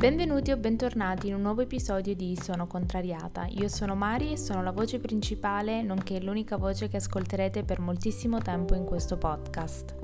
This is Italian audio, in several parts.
Benvenuti o bentornati in un nuovo episodio di Sono Contrariata. Io sono Mari e sono la voce principale, nonché l'unica voce che ascolterete per moltissimo tempo in questo podcast.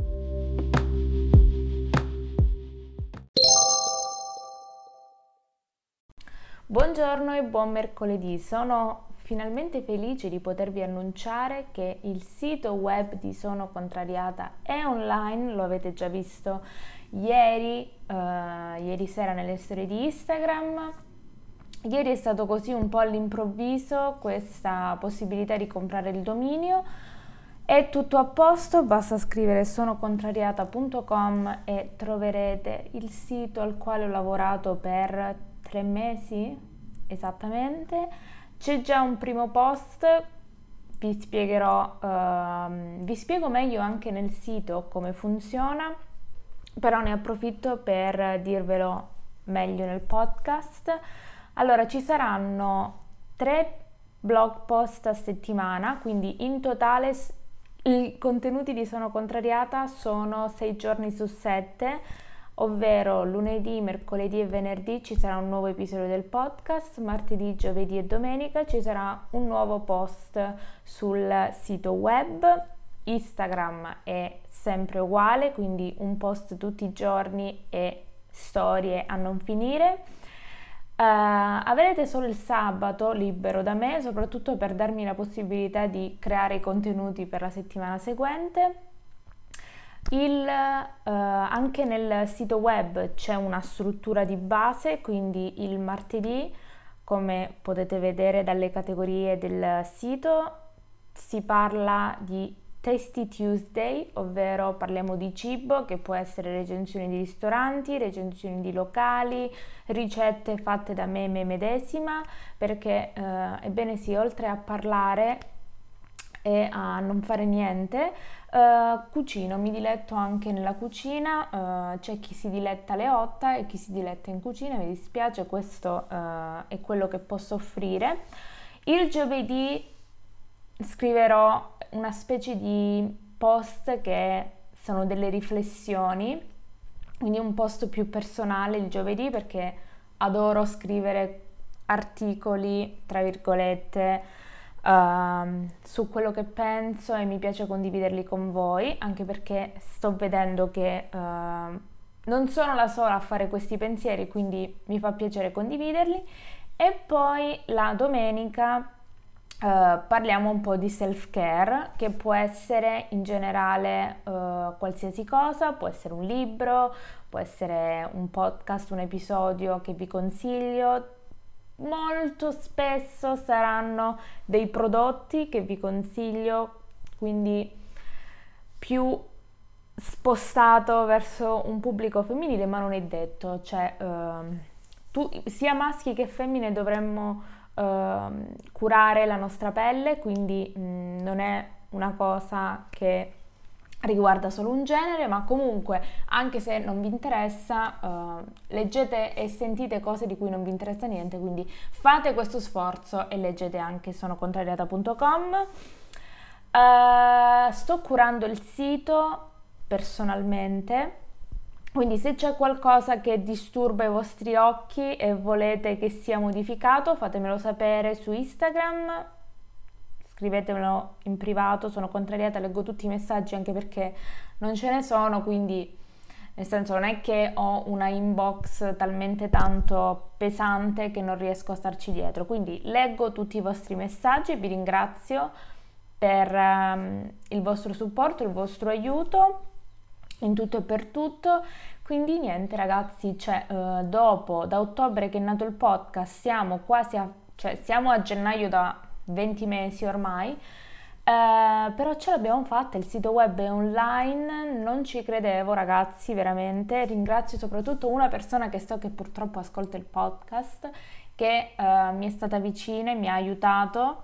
Buongiorno e buon mercoledì. Sono finalmente felice di potervi annunciare che il sito web di Sono Contrariata è online, lo avete già visto ieri sera nelle storie di Instagram. Ieri è stato così un po' all'improvviso questa possibilità di comprare il dominio. È tutto a posto, basta scrivere sonocontrariata.com e troverete il sito al quale ho lavorato per 3 mesi esattamente. C'è già un primo post, vi spiego meglio anche nel sito come funziona, però ne approfitto per dirvelo meglio nel podcast. Allora, ci saranno 3 blog post a settimana, quindi in totale i contenuti di Sono Contrariata sono 6 giorni su 7, ovvero lunedì, mercoledì e venerdì ci sarà un nuovo episodio del podcast, martedì, giovedì e domenica ci sarà un nuovo post sul sito web. Instagram è sempre uguale, quindi un post tutti i giorni e storie a non finire. Avrete solo il sabato libero da me, soprattutto per darmi la possibilità di creare i contenuti per la settimana seguente. Anche nel sito web c'è una struttura di base, quindi il martedì, come potete vedere dalle categorie del sito, si parla di Tasty Tuesday, ovvero parliamo di cibo, che può essere recensioni di ristoranti, recensioni di locali, ricette fatte da me medesima, perché ebbene sì, oltre a parlare e a non fare niente, cucino, mi diletto anche nella cucina. C'è chi si diletta alle 8 e chi si diletta in cucina, mi dispiace, questo è quello che posso offrire. Il giovedì scriverò una specie di post che sono delle riflessioni, quindi un post più personale il giovedì, perché adoro scrivere articoli, tra virgolette, su quello che penso e mi piace condividerli con voi, anche perché sto vedendo che non sono la sola a fare questi pensieri, quindi mi fa piacere condividerli. E poi la domenica parliamo un po' di self-care, che può essere in generale qualsiasi cosa, può essere un libro, può essere un podcast, un episodio che vi consiglio. Molto spesso saranno dei prodotti che vi consiglio, quindi più spostato verso un pubblico femminile, ma non è detto, cioè sia maschi che femmine dovremmo curare la nostra pelle, quindi non è una cosa che riguarda solo un genere, ma comunque, anche se non vi interessa, leggete e sentite cose di cui non vi interessa niente, quindi fate questo sforzo e leggete anche sonocontrariata.com. Sto curando il sito personalmente, quindi se c'è qualcosa che disturba i vostri occhi e volete che sia modificato, fatemelo sapere su Instagram, scrivetemelo in privato. Sono contrariata, leggo tutti i messaggi, anche perché non ce ne sono, quindi nel senso non è che ho una inbox talmente tanto pesante che non riesco a starci dietro, quindi leggo tutti i vostri messaggi e vi ringrazio per il vostro supporto, il vostro aiuto in tutto e per tutto. Quindi niente ragazzi, dopo, da ottobre che è nato il podcast, siamo a gennaio da 20 mesi ormai, però ce l'abbiamo fatta, il sito web è online, non ci credevo ragazzi, veramente. Ringrazio soprattutto una persona che so che purtroppo ascolta il podcast, che mi è stata vicina e mi ha aiutato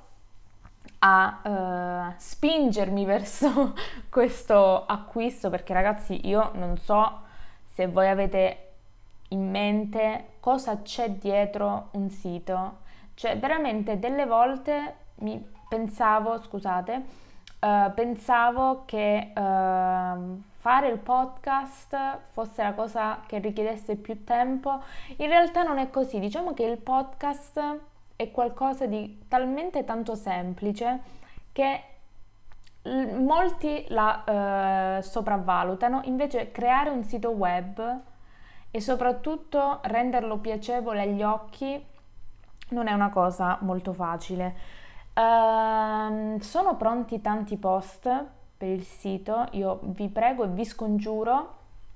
a spingermi verso questo acquisto, perché ragazzi io non so se voi avete in mente cosa c'è dietro un sito, cioè veramente delle volte pensavo che fare il podcast fosse la cosa che richiedesse più tempo. In realtà non è così, diciamo che il podcast è qualcosa di talmente tanto semplice che molti la sopravvalutano. Invece creare un sito web e soprattutto renderlo piacevole agli occhi non è una cosa molto facile. Sono pronti tanti post per il sito, io vi prego e vi scongiuro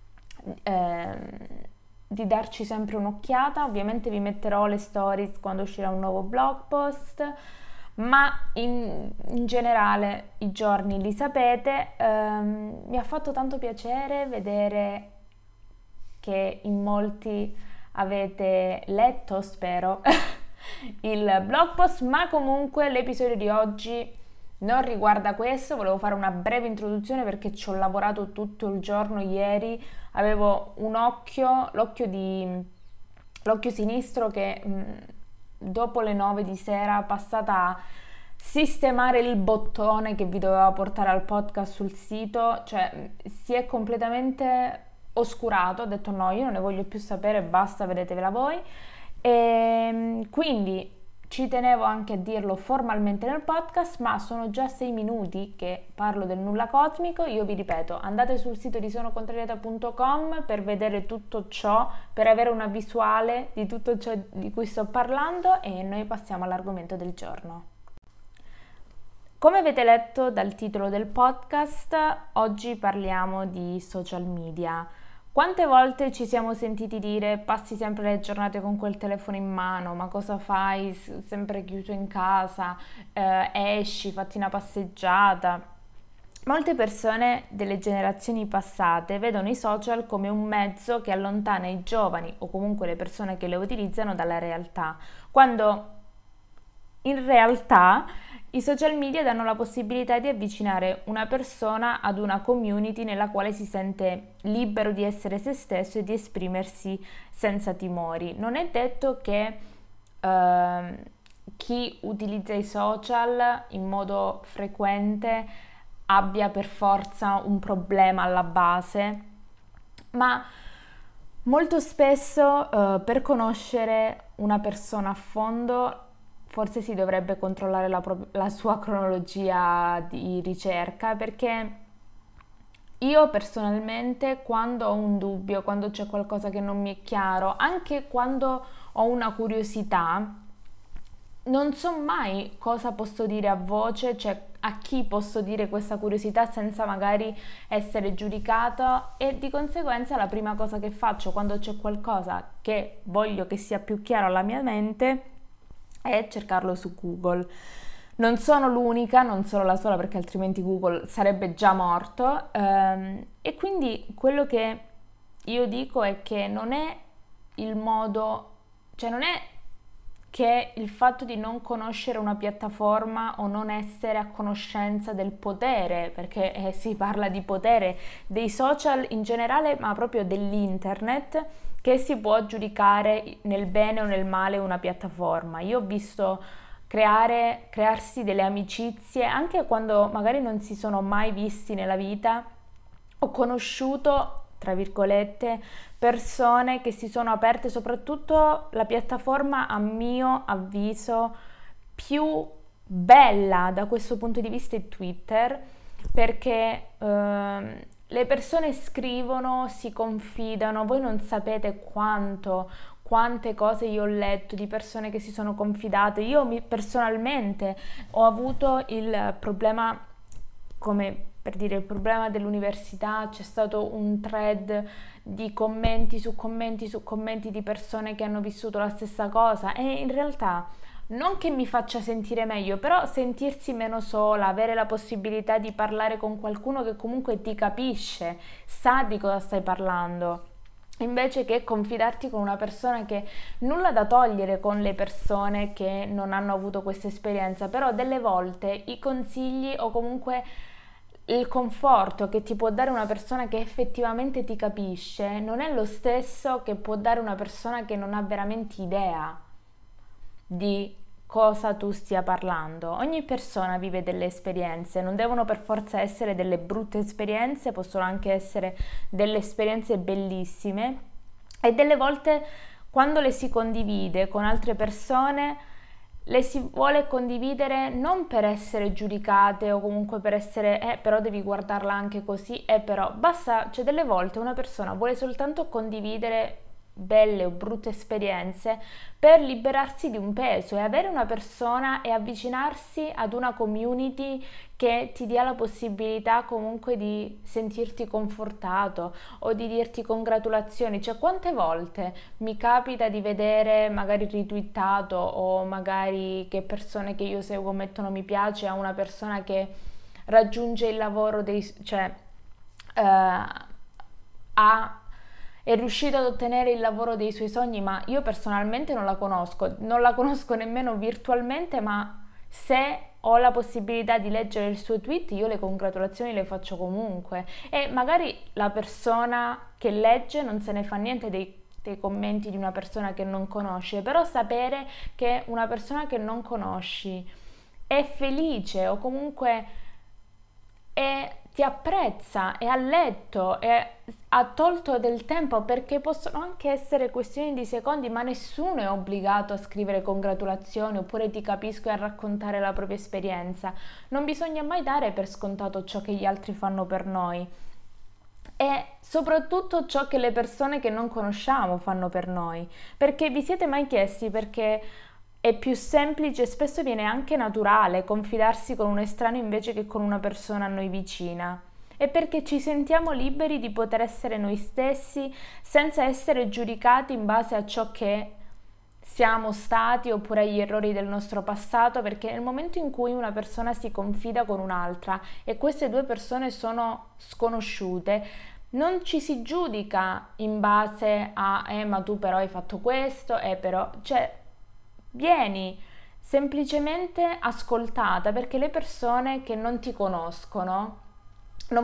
di darci sempre un'occhiata. Ovviamente vi metterò le stories quando uscirà un nuovo blog post, ma in generale i giorni li sapete. Mi ha fatto tanto piacere vedere che in molti avete letto, spero, il blog post, ma comunque l'episodio di oggi non riguarda questo. Volevo fare una breve introduzione perché ci ho lavorato tutto il giorno ieri, avevo un occhio, l'occhio sinistro che dopo le 9 di sera, passata a sistemare il bottone che vi doveva portare al podcast sul sito, cioè si è completamente oscurato. Ho detto no, io non ne voglio più sapere, basta, vedetevela voi. E quindi ci tenevo anche a dirlo formalmente nel podcast, ma sono già 6 minuti che parlo del nulla cosmico. Io vi ripeto, andate sul sito di sonocontrariata.com per vedere tutto ciò, per avere una visuale di tutto ciò di cui sto parlando, e noi passiamo all'argomento del giorno. Come avete letto dal titolo del podcast, oggi parliamo di social media. Quante volte ci siamo sentiti dire passi sempre le giornate con quel telefono in mano, ma cosa fai sempre chiuso in casa, esci, fatti una passeggiata. Molte persone delle generazioni passate vedono i social come un mezzo che allontana i giovani o comunque le persone che le utilizzano dalla realtà, quando in realtà i social media danno la possibilità di avvicinare una persona ad una community nella quale si sente libero di essere se stesso e di esprimersi senza timori. Non è detto che chi utilizza i social in modo frequente abbia per forza un problema alla base, ma molto spesso per conoscere una persona a fondo forse si dovrebbe controllare la sua cronologia di ricerca, perché io personalmente, quando ho un dubbio, quando c'è qualcosa che non mi è chiaro, anche quando ho una curiosità, non so mai cosa posso dire a voce, cioè a chi posso dire questa curiosità senza magari essere giudicata, e di conseguenza la prima cosa che faccio quando c'è qualcosa che voglio che sia più chiaro alla mia mente è cercarlo su Google. Non sono l'unica, non sono la sola, perché altrimenti Google sarebbe già morto, e quindi quello che io dico è che non è il modo, cioè non è che il fatto di non conoscere una piattaforma o non essere a conoscenza del potere, perché si parla di potere dei social in generale, ma proprio dell'internet, che si può giudicare nel bene o nel male una piattaforma. Io ho visto crearsi delle amicizie anche quando magari non si sono mai visti nella vita. Ho conosciuto, tra virgolette, persone che si sono aperte, soprattutto la piattaforma a mio avviso più bella da questo punto di vista è Twitter, perché le persone scrivono, si confidano. Voi non sapete quante cose io ho letto di persone che si sono confidate. Io personalmente ho avuto il problema, come per dire il problema dell'università, c'è stato un thread di commenti su commenti su commenti di persone che hanno vissuto la stessa cosa, e in realtà non che mi faccia sentire meglio, però sentirsi meno sola, avere la possibilità di parlare con qualcuno che comunque ti capisce, sa di cosa stai parlando, invece che confidarti con una persona che nulla da togliere con le persone che non hanno avuto questa esperienza, però delle volte i consigli o comunque il conforto che ti può dare una persona che effettivamente ti capisce non è lo stesso che può dare una persona che non ha veramente idea di cosa tu stia parlando. Ogni persona vive delle esperienze, non devono per forza essere delle brutte esperienze, possono anche essere delle esperienze bellissime e delle volte quando le si condivide con altre persone le si vuole condividere non per essere giudicate o comunque per essere però devi guardarla anche così, però basta, cioè delle volte una persona vuole soltanto condividere belle o brutte esperienze per liberarsi di un peso e avere una persona e avvicinarsi ad una community che ti dia la possibilità comunque di sentirti confortato o di dirti congratulazioni. Cioè quante volte mi capita di vedere magari retweetato o magari che persone che io seguo mettono mi piace a una persona che raggiunge il lavoro è riuscito ad ottenere il lavoro dei suoi sogni, ma io personalmente non la conosco nemmeno virtualmente, ma se ho la possibilità di leggere il suo tweet, io le congratulazioni le faccio comunque. E magari la persona che legge non se ne fa niente dei commenti di una persona che non conosce, però sapere che una persona che non conosci è felice o comunque ti apprezza, è a letto, ha tolto del tempo, perché possono anche essere questioni di secondi, ma nessuno è obbligato a scrivere congratulazioni oppure ti capisco e a raccontare la propria esperienza. Non bisogna mai dare per scontato ciò che gli altri fanno per noi e soprattutto ciò che le persone che non conosciamo fanno per noi, perché vi siete mai chiesti perché è più semplice e spesso viene anche naturale confidarsi con un estraneo invece che con una persona a noi vicina? È perché ci sentiamo liberi di poter essere noi stessi senza essere giudicati in base a ciò che siamo stati oppure agli errori del nostro passato, perché nel momento in cui una persona si confida con un'altra e queste due persone sono sconosciute, non ci si giudica in base a ma tu però hai fatto questo, però, cioè vieni semplicemente ascoltata, perché le persone che non ti conoscono non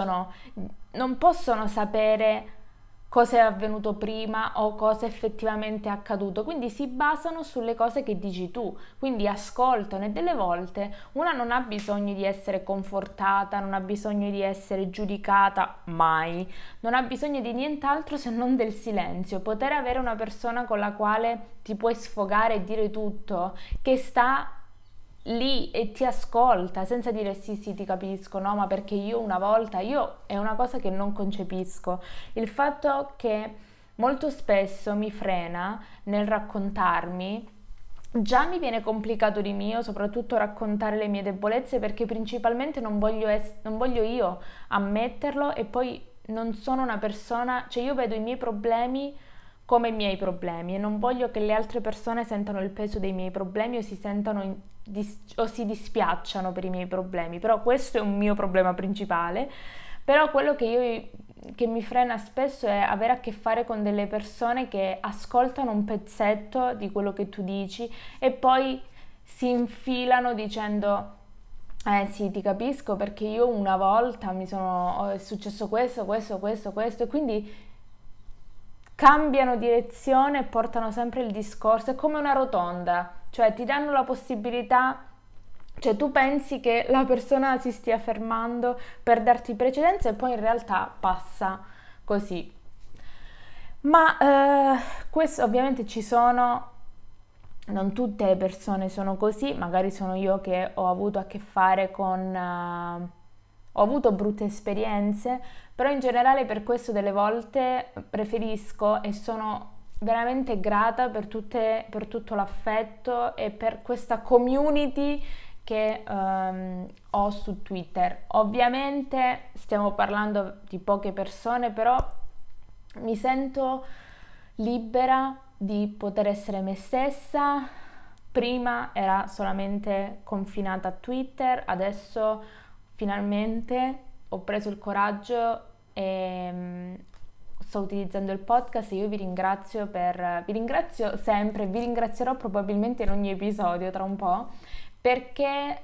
possono sapere cosa è avvenuto prima o cosa effettivamente è accaduto, quindi si basano sulle cose che dici tu, quindi ascoltano e delle volte una non ha bisogno di essere confortata, non ha bisogno di essere giudicata, mai, non ha bisogno di nient'altro se non del silenzio, poter avere una persona con la quale ti puoi sfogare e dire tutto, che sta lì e ti ascolta senza dire sì ti capisco, no, ma perché io è una cosa che non concepisco, il fatto che molto spesso mi frena nel raccontarmi. Già mi viene complicato di mio, soprattutto raccontare le mie debolezze, perché principalmente non voglio io ammetterlo e poi non sono una persona, cioè io vedo i miei problemi come i miei problemi e non voglio che le altre persone sentano il peso dei miei problemi o o si dispiacciano per i miei problemi, però questo è un mio problema principale. Però quello che mi frena spesso è avere a che fare con delle persone che ascoltano un pezzetto di quello che tu dici e poi si infilano dicendo sì, ti capisco perché io una volta è successo questo e quindi cambiano direzione e portano sempre il discorso, è come una rotonda, cioè ti danno la possibilità, cioè tu pensi che la persona si stia fermando per darti precedenza e poi in realtà passa così. Ma questo ovviamente non tutte le persone sono così, magari sono io che ho avuto a che fare ho avuto brutte esperienze, però in generale per questo delle volte preferisco e sono veramente grata per tutto l'affetto e per questa community che ho su Twitter. Ovviamente stiamo parlando di poche persone, però mi sento libera di poter essere me stessa. Prima era solamente confinata a Twitter, adesso finalmente ho preso il coraggio e sto utilizzando il podcast e io vi ringrazio sempre, vi ringrazierò probabilmente in ogni episodio tra un po', perché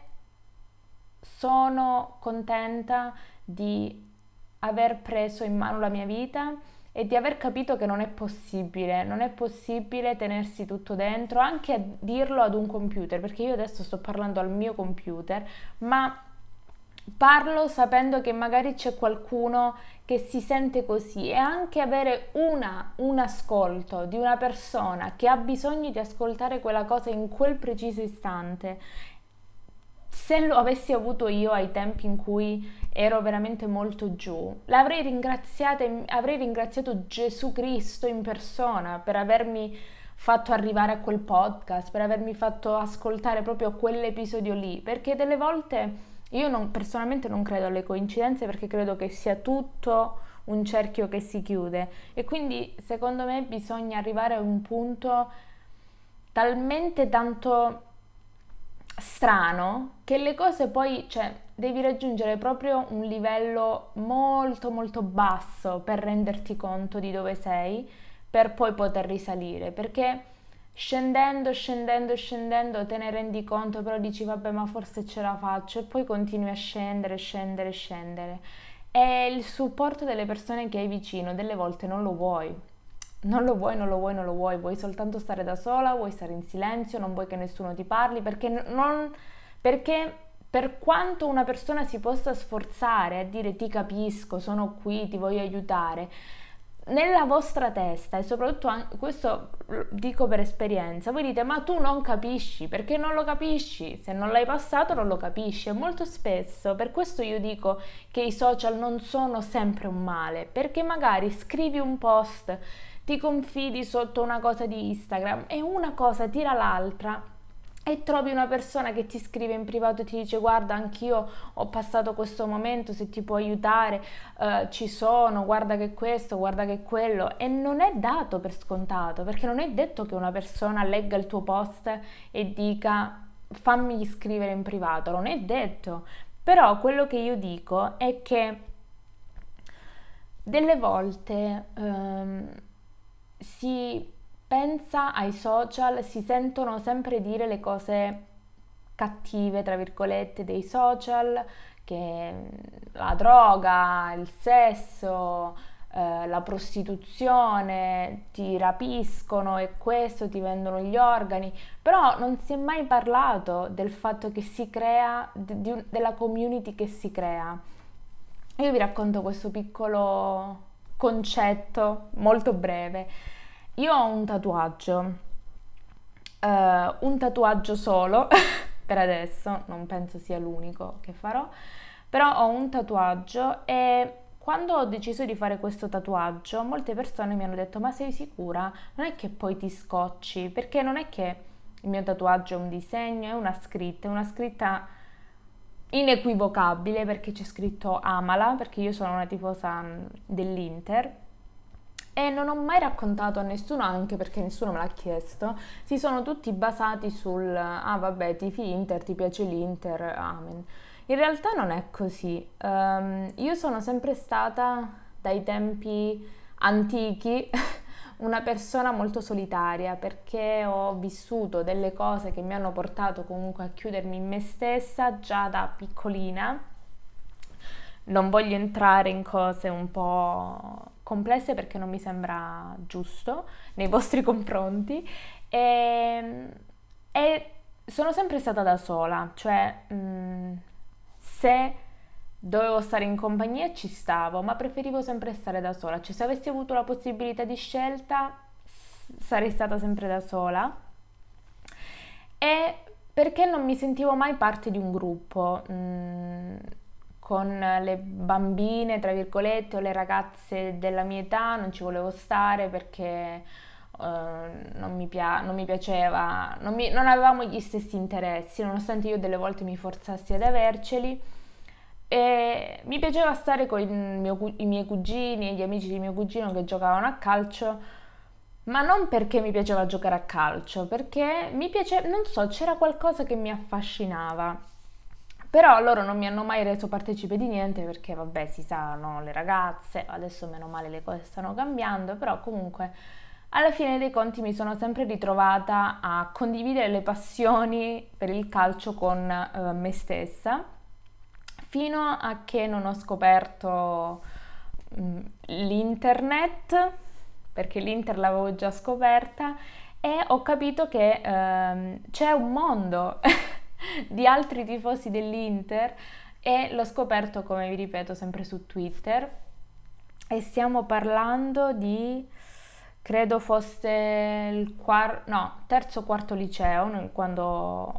sono contenta di aver preso in mano la mia vita e di aver capito che non è possibile tenersi tutto dentro, anche a dirlo ad un computer, perché io adesso sto parlando al mio computer, ma parlo sapendo che magari c'è qualcuno che si sente così, e anche avere un ascolto di una persona che ha bisogno di ascoltare quella cosa in quel preciso istante. Se lo avessi avuto io ai tempi in cui ero veramente molto giù, l'avrei ringraziata, avrei ringraziato Gesù Cristo in persona per avermi fatto arrivare a quel podcast, per avermi fatto ascoltare proprio quell'episodio lì, perché delle volte io personalmente non credo alle coincidenze, perché credo che sia tutto un cerchio che si chiude, e quindi secondo me bisogna arrivare a un punto talmente tanto strano che le cose poi, cioè, devi raggiungere proprio un livello molto molto basso per renderti conto di dove sei, per poi poter risalire, perché scendendo te ne rendi conto, però dici vabbè, ma forse ce la faccio, e poi continui a scendere, e il supporto delle persone che hai vicino delle volte non lo vuoi. Vuoi soltanto stare da sola, vuoi stare in silenzio, non vuoi che nessuno ti parli, perché per quanto una persona si possa sforzare a dire ti capisco, sono qui, ti voglio aiutare, nella vostra testa, e soprattutto questo lo dico per esperienza, voi dite ma tu non capisci, perché non lo capisci, se non l'hai passato non lo capisci, e molto spesso per questo io dico che i social non sono sempre un male, perché magari scrivi un post, ti confidi sotto una cosa di Instagram e una cosa tira l'altra, e trovi una persona che ti scrive in privato e ti dice guarda, anch'io ho passato questo momento, se ti può aiutare, ci sono, guarda che questo, guarda che quello, e non è dato per scontato, perché non è detto che una persona legga il tuo post e dica fammi scrivere in privato, non è detto. Però quello che io dico è che delle volte si pensa ai social, si sentono sempre dire le cose cattive, tra virgolette, dei social, che la droga, il sesso, la prostituzione, ti rapiscono e questo, ti vendono gli organi, però non si è mai parlato del fatto che si crea, della community che si crea. Io vi racconto questo piccolo concetto molto breve. Io ho un tatuaggio solo, per adesso, non penso sia l'unico che farò, però ho un tatuaggio, e quando ho deciso di fare questo tatuaggio, molte persone mi hanno detto ma sei sicura? Non è che poi ti scocci? Perché non è che il mio tatuaggio è un disegno, è una scritta inequivocabile, perché c'è scritto Amala, perché io sono una tifosa dell'Inter, e non ho mai raccontato a nessuno, anche perché nessuno me l'ha chiesto. Si sono tutti basati sul ah vabbè, tifi Inter, ti piace l'Inter, amen. In realtà non è così. Io sono sempre stata, dai tempi antichi, una persona molto solitaria, perché ho vissuto delle cose che mi hanno portato comunque a chiudermi in me stessa già da piccolina. Non voglio entrare in cose un po' complesse perché non mi sembra giusto nei vostri confronti, e sono sempre stata da sola, cioè se dovevo stare in compagnia ci stavo, ma preferivo sempre stare da sola, cioè se avessi avuto la possibilità di scelta sarei stata sempre da sola, e perché non mi sentivo mai parte di un gruppo. Con le bambine, tra virgolette, o le ragazze della mia età non ci volevo stare, perché non mi piaceva, non avevamo gli stessi interessi, nonostante io delle volte mi forzassi ad averceli, e mi piaceva stare con i miei cugini e gli amici di mio cugino che giocavano a calcio, ma non perché mi piaceva giocare a calcio, perché mi piaceva, non so, c'era qualcosa che mi affascinava. Però loro non mi hanno mai reso partecipe di niente, perché vabbè, si sa, no, le ragazze, adesso meno male le cose stanno cambiando, però comunque alla fine dei conti mi sono sempre ritrovata a condividere le passioni per il calcio con me stessa, fino a che non ho scoperto l'internet, perché l'Inter l'avevo già scoperta, e ho capito che c'è un mondo di altri tifosi dell'Inter e l'ho scoperto, come vi ripeto, sempre su Twitter, e stiamo parlando di, credo fosse il terzo o quarto liceo, quando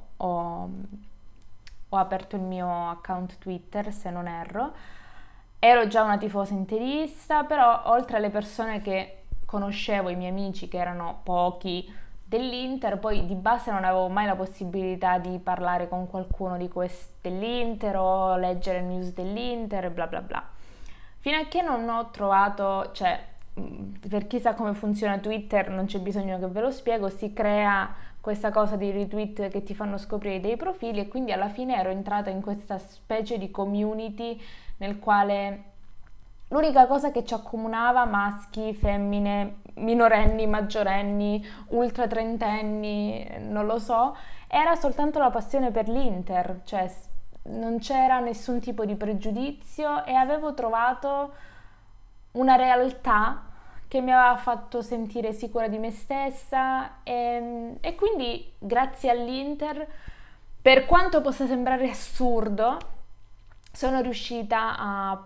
ho aperto il mio account Twitter, se non erro. Ero già una tifosa interista, però oltre alle persone che conoscevo, i miei amici che erano pochi dell'Inter, poi di base non avevo mai la possibilità di parlare con qualcuno dell'Inter o leggere news dell'Inter e bla bla bla. Fino a che non ho trovato, cioè, per chi sa come funziona Twitter non c'è bisogno che ve lo spiego, si crea questa cosa di retweet che ti fanno scoprire dei profili, e quindi alla fine ero entrata in questa specie di community nel quale l'unica cosa che ci accomunava, maschi, femmine, minorenni, maggiorenni, ultra trentenni, non lo so, era soltanto la passione per l'Inter, cioè non c'era nessun tipo di pregiudizio e avevo trovato una realtà che mi aveva fatto sentire sicura di me stessa, e quindi grazie all'Inter, per quanto possa sembrare assurdo, sono riuscita a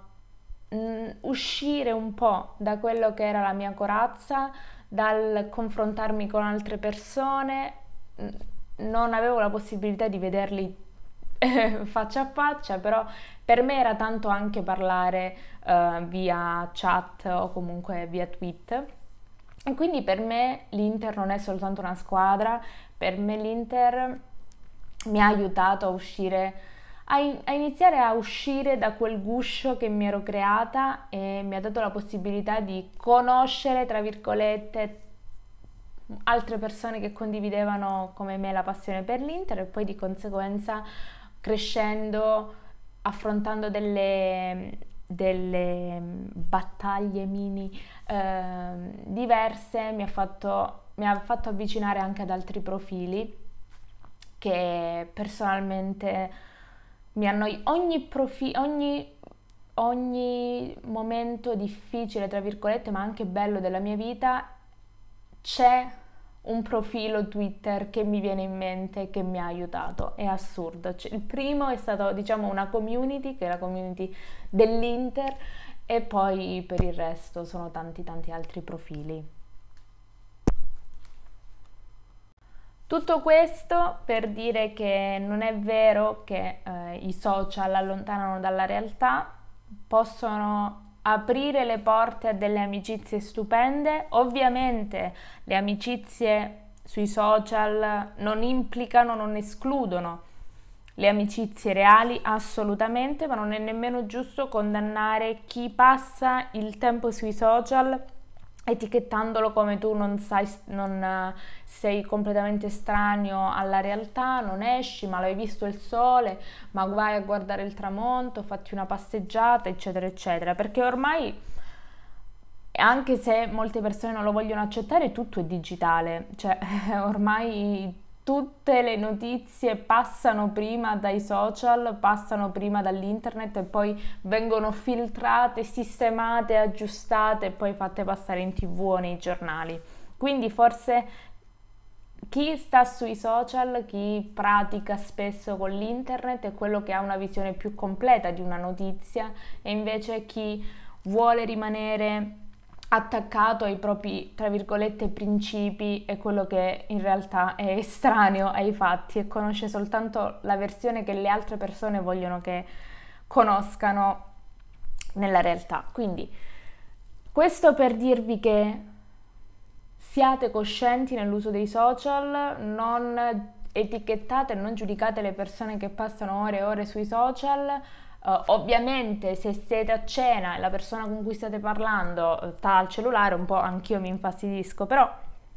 uscire un po' da quello che era la mia corazza, dal confrontarmi con altre persone. Non avevo la possibilità di vederli faccia a faccia, però per me era tanto anche parlare via chat o comunque via tweet, e quindi per me l'Inter non è soltanto una squadra, per me l'Inter mi ha aiutato a uscire, a iniziare a uscire da quel guscio che mi ero creata, e mi ha dato la possibilità di conoscere, tra virgolette, altre persone che condividevano come me la passione per l'Inter, e poi di conseguenza crescendo, affrontando delle battaglie mini diverse, mi ha fatto avvicinare anche ad altri profili che personalmente mi hanno ogni momento difficile, tra virgolette, ma anche bello della mia vita, c'è un profilo Twitter che mi viene in mente, che mi ha aiutato. È assurdo. Il primo è stato, diciamo, una community, che è la community dell'Inter, e poi per il resto sono tanti altri profili. Tutto questo per dire che non è vero che i social allontanano dalla realtà, possono aprire le porte a delle amicizie stupende. Ovviamente le amicizie sui social non implicano, non escludono le amicizie reali, assolutamente, ma non è nemmeno giusto condannare chi passa il tempo sui social etichettandolo come tu non sei completamente estraneo alla realtà, non esci, ma l'hai visto il sole, ma vai a guardare il tramonto, fatti una passeggiata, eccetera, eccetera, perché ormai, anche se molte persone non lo vogliono accettare, tutto è digitale, cioè ormai tutte le notizie passano prima dai social, passano prima dall'internet e poi vengono filtrate, sistemate, aggiustate e poi fatte passare in TV o nei giornali. Quindi forse chi sta sui social, chi pratica spesso con l'internet, è quello che ha una visione più completa di una notizia, e invece chi vuole rimanere attaccato ai propri, tra virgolette, principi è quello che in realtà è estraneo ai fatti e conosce soltanto la versione che le altre persone vogliono che conoscano nella realtà. Quindi questo per dirvi che siate coscienti nell'uso dei social, non etichettate e non giudicate le persone che passano ore e ore sui social. Ovviamente se siete a cena e la persona con cui state parlando sta al cellulare, un po' anch'io mi infastidisco, però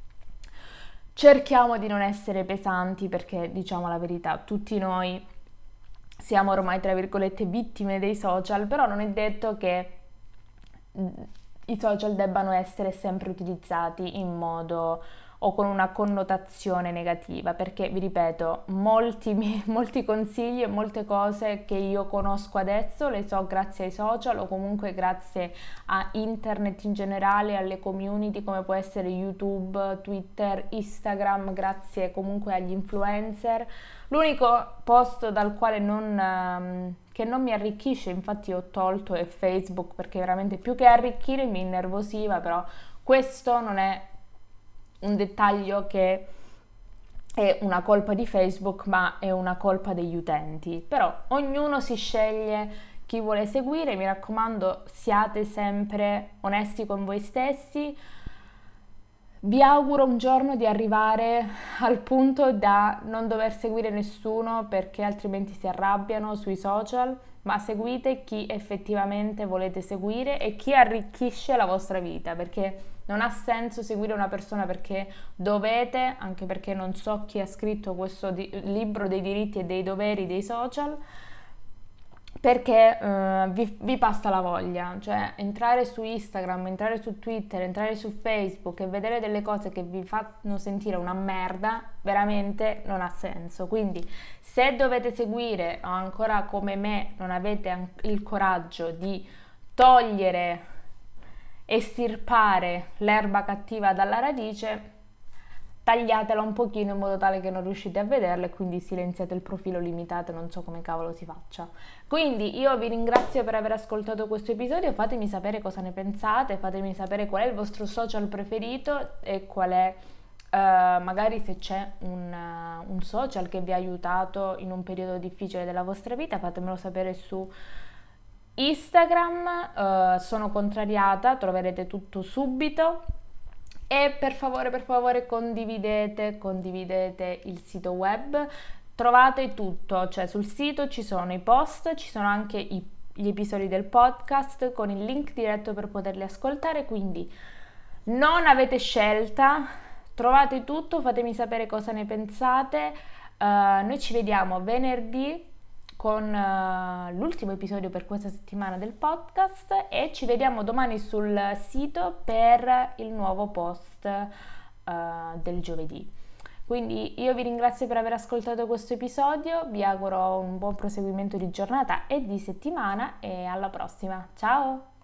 cerchiamo di non essere pesanti, perché diciamo la verità, tutti noi siamo ormai, tra virgolette, vittime dei social, però non è detto che i social debbano essere sempre utilizzati in modo o con una connotazione negativa, perché vi ripeto, molti consigli e molte cose che io conosco adesso le so grazie ai social o comunque grazie a internet in generale, alle community come può essere YouTube, Twitter, Instagram, grazie comunque agli influencer. L'unico post dal quale che non mi arricchisce, infatti ho tolto, è Facebook, perché veramente più che arricchire mi innervosiva, però questo non è un dettaglio che è una colpa di Facebook, ma è una colpa degli utenti. Però ognuno si sceglie chi vuole seguire, mi raccomando, siate sempre onesti con voi stessi. Vi auguro un giorno di arrivare al punto da non dover seguire nessuno perché altrimenti si arrabbiano sui social, ma seguite chi effettivamente volete seguire e chi arricchisce la vostra vita, perché non ha senso seguire una persona perché dovete, anche perché non so chi ha scritto questo libro dei diritti e dei doveri dei social, perché vi passa la voglia, cioè entrare su Instagram, entrare su Twitter, entrare su Facebook e vedere delle cose che vi fanno sentire una merda, veramente non ha senso. Quindi se dovete seguire o ancora come me non avete il coraggio di togliere, estirpare l'erba cattiva dalla radice, tagliatela un pochino in modo tale che non riuscite a vederla e quindi silenziate il profilo, limitate, non so come cavolo si faccia. Quindi io vi ringrazio per aver ascoltato questo episodio, fatemi sapere cosa ne pensate, fatemi sapere qual è il vostro social preferito e qual è, magari se c'è un social che vi ha aiutato in un periodo difficile della vostra vita, fatemelo sapere su Instagram, sono contrariata, troverete tutto subito. E per favore condividete il sito web, trovate tutto, cioè sul sito ci sono i post, ci sono anche gli episodi del podcast con il link diretto per poterli ascoltare, quindi non avete scelta, trovate tutto, fatemi sapere cosa ne pensate, noi ci vediamo venerdì con l'ultimo episodio per questa settimana del podcast e ci vediamo domani sul sito per il nuovo post del giovedì. Quindi io vi ringrazio per aver ascoltato questo episodio, vi auguro un buon proseguimento di giornata e di settimana e alla prossima. Ciao!